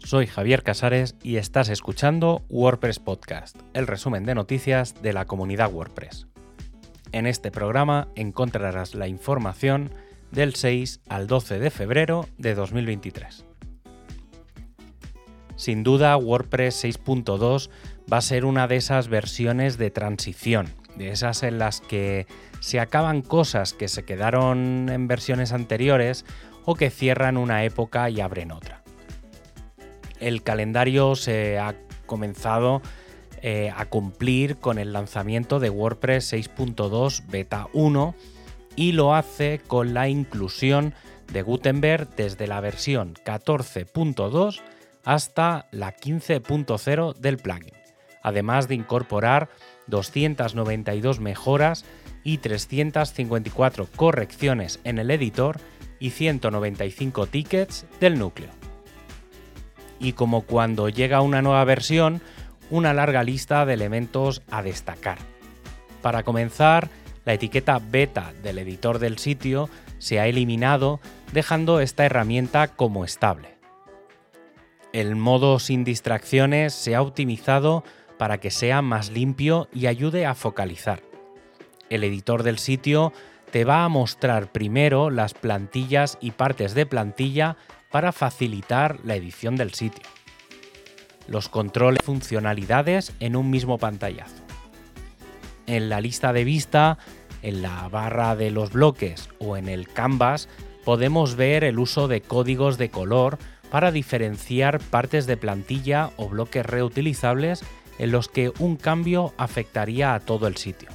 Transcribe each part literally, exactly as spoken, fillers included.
Soy Javier Casares y estás escuchando WordPress Podcast, el resumen de noticias de la comunidad WordPress. En este programa encontrarás la información del seis al doce de febrero de dos mil veintitrés. Sin duda, WordPress seis punto dos va a ser una de esas versiones de transición, de esas en las que se acaban cosas que se quedaron en versiones anteriores o que cierran una época y abren otra. El calendario se ha comenzado eh, a cumplir con el lanzamiento de WordPress seis punto dos Beta uno y lo hace con la inclusión de Gutenberg desde la versión catorce punto dos hasta la quince punto cero del plugin, además de incorporar doscientas noventa y dos mejoras y trescientas cincuenta y cuatro correcciones en el editor y ciento noventa y cinco tickets del núcleo. Y como cuando llega una nueva versión, una larga lista de elementos a destacar. Para comenzar, la etiqueta beta del editor del sitio se ha eliminado, dejando esta herramienta como estable. El modo sin distracciones se ha optimizado para que sea más limpio y ayude a focalizar. El editor del sitio te va a mostrar primero las plantillas y partes de plantilla para facilitar la edición del sitio. Los controles y funcionalidades en un mismo pantallazo. En la lista de vista, en la barra de los bloques o en el canvas podemos ver el uso de códigos de color para diferenciar partes de plantilla o bloques reutilizables en los que un cambio afectaría a todo el sitio.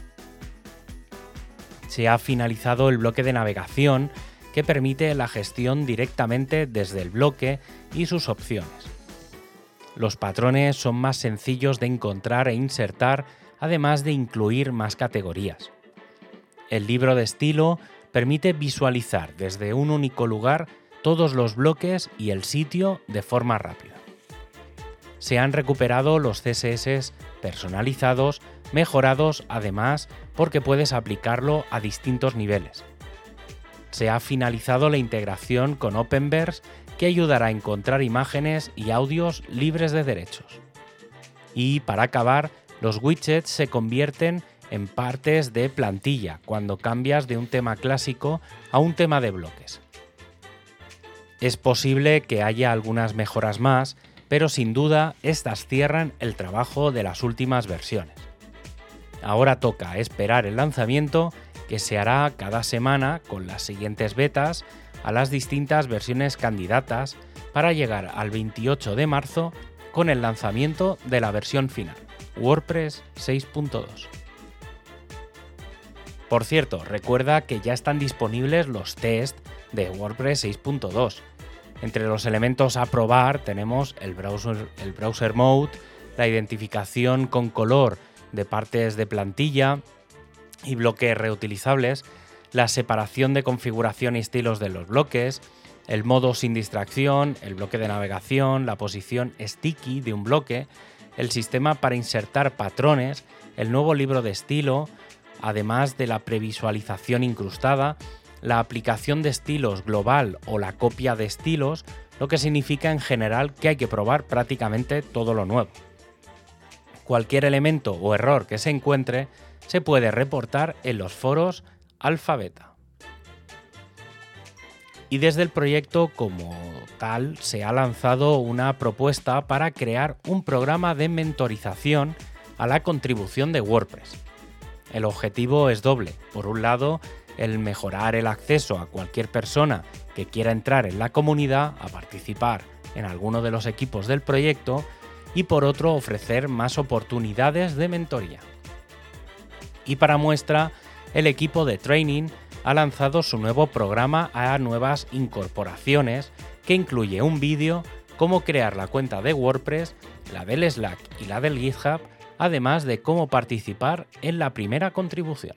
Se ha finalizado el bloque de navegación que permite la gestión directamente desde el bloque y sus opciones. Los patrones son más sencillos de encontrar e insertar, además de incluir más categorías. El libro de estilo permite visualizar desde un único lugar todos los bloques y el sitio de forma rápida. Se han recuperado los C S S personalizados, mejorados además porque puedes aplicarlo a distintos niveles. Se ha finalizado la integración con Openverse que ayudará a encontrar imágenes y audios libres de derechos. Y para acabar, los widgets se convierten en partes de plantilla cuando cambias de un tema clásico a un tema de bloques. Es posible que haya algunas mejoras más, pero sin duda estas cierran el trabajo de las últimas versiones. Ahora toca esperar el lanzamiento, que se hará cada semana con las siguientes betas a las distintas versiones candidatas para llegar al veintiocho de marzo con el lanzamiento de la versión final, WordPress seis punto dos. Por cierto, recuerda que ya están disponibles los test de WordPress seis punto dos. Entre los elementos a probar tenemos el browser, el browser mode, la identificación con color de partes de plantilla y bloques reutilizables, la separación de configuración y estilos de los bloques, el modo sin distracción, el bloque de navegación, la posición sticky de un bloque, el sistema para insertar patrones, el nuevo libro de estilo, además de la previsualización incrustada, la aplicación de estilos global o la copia de estilos, lo que significa en general que hay que probar prácticamente todo lo nuevo. Cualquier elemento o error que se encuentre se puede reportar en los foros alfa beta. Y desde el proyecto como tal se ha lanzado una propuesta para crear un programa de mentorización a la contribución de WordPress. El objetivo es doble. Por un lado, el mejorar el acceso a cualquier persona que quiera entrar en la comunidad a participar en alguno de los equipos del proyecto y por otro ofrecer más oportunidades de mentoría. Y para muestra, el equipo de training ha lanzado su nuevo programa a nuevas incorporaciones que incluye un vídeo, cómo crear la cuenta de WordPress, la del Slack y la del GitHub, además de cómo participar en la primera contribución.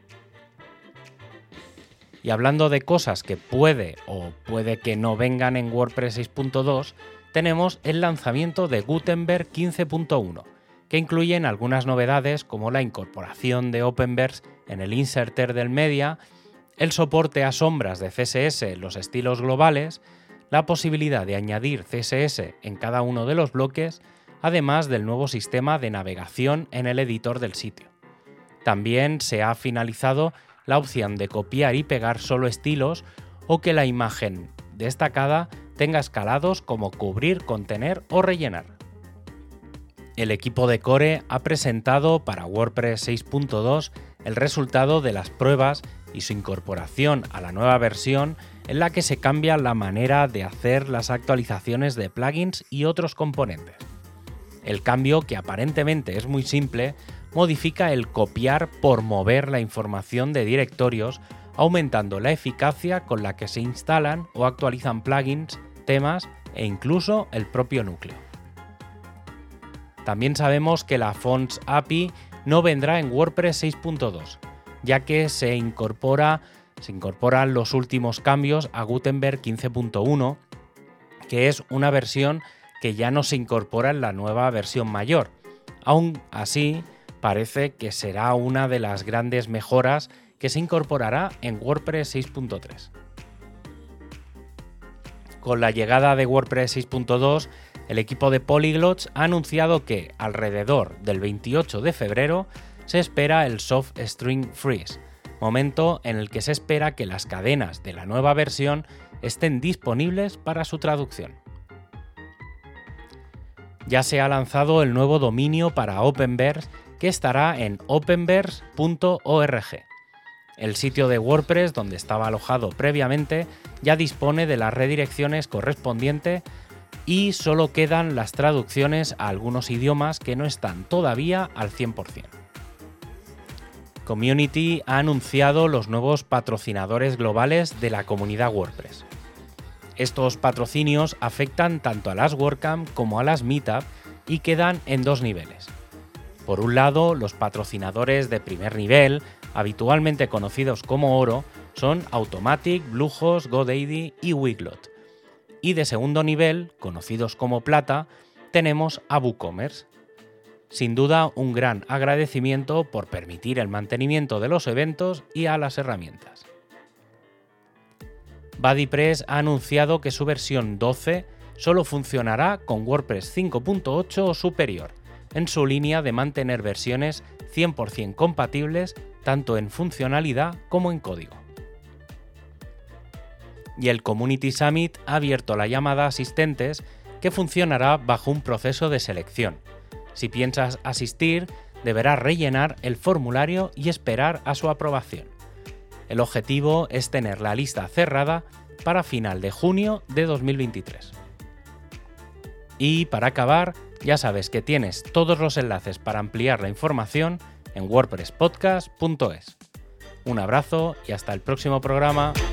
Y hablando de cosas que puede o puede que no vengan en WordPress seis punto dos, tenemos el lanzamiento de Gutenberg quince punto uno, que incluyen algunas novedades como la incorporación de Openverse en el inserter del media, el soporte a sombras de C S S en los estilos globales, la posibilidad de añadir C S S en cada uno de los bloques, además del nuevo sistema de navegación en el editor del sitio. También se ha finalizado la opción de copiar y pegar solo estilos o que la imagen destacada tenga escalados como cubrir, contener o rellenar. El equipo de Core ha presentado para WordPress seis punto dos el resultado de las pruebas y su incorporación a la nueva versión en la que se cambia la manera de hacer las actualizaciones de plugins y otros componentes. El cambio, que aparentemente es muy simple, modifica el copiar por mover la información de directorios, aumentando la eficacia con la que se instalan o actualizan plugins, temas e incluso el propio núcleo. También sabemos que la Fonts A P I no vendrá en WordPress seis punto dos, ya que se, incorpora, se incorporan los últimos cambios a Gutenberg quince punto uno, que es una versión que ya no se incorpora en la nueva versión mayor. Aún así, parece que será una de las grandes mejoras que se incorporará en WordPress seis punto tres. Con la llegada de WordPress seis punto dos, el equipo de Polyglots ha anunciado que, alrededor del veintiocho de febrero, se espera el Soft String Freeze, momento en el que se espera que las cadenas de la nueva versión estén disponibles para su traducción. Ya se ha lanzado el nuevo dominio para Openverse, que estará en openverse punto org. El sitio de WordPress, donde estaba alojado previamente, ya dispone de las redirecciones correspondientes y solo quedan las traducciones a algunos idiomas que no están todavía al cien por ciento. Community ha anunciado los nuevos patrocinadores globales de la comunidad WordPress. Estos patrocinios afectan tanto a las WordCamp como a las Meetup y quedan en dos niveles. Por un lado, los patrocinadores de primer nivel, habitualmente conocidos como oro, son Automattic, Bluehost, GoDaddy y Wiglot. Y de segundo nivel, conocidos como plata, tenemos a WooCommerce. Sin duda, un gran agradecimiento por permitir el mantenimiento de los eventos y a las herramientas. BuddyPress ha anunciado que su versión doce solo funcionará con WordPress cinco punto ocho o superior, en su línea de mantener versiones cien por ciento compatibles tanto en funcionalidad como en código. Y el Community Summit ha abierto la llamada Asistentes, que funcionará bajo un proceso de selección. Si piensas asistir, deberás rellenar el formulario y esperar a su aprobación. El objetivo es tener la lista cerrada para final de junio de dos mil veintitrés. Y para acabar, ya sabes que tienes todos los enlaces para ampliar la información en wordpress podcast punto es. Un abrazo y hasta el próximo programa.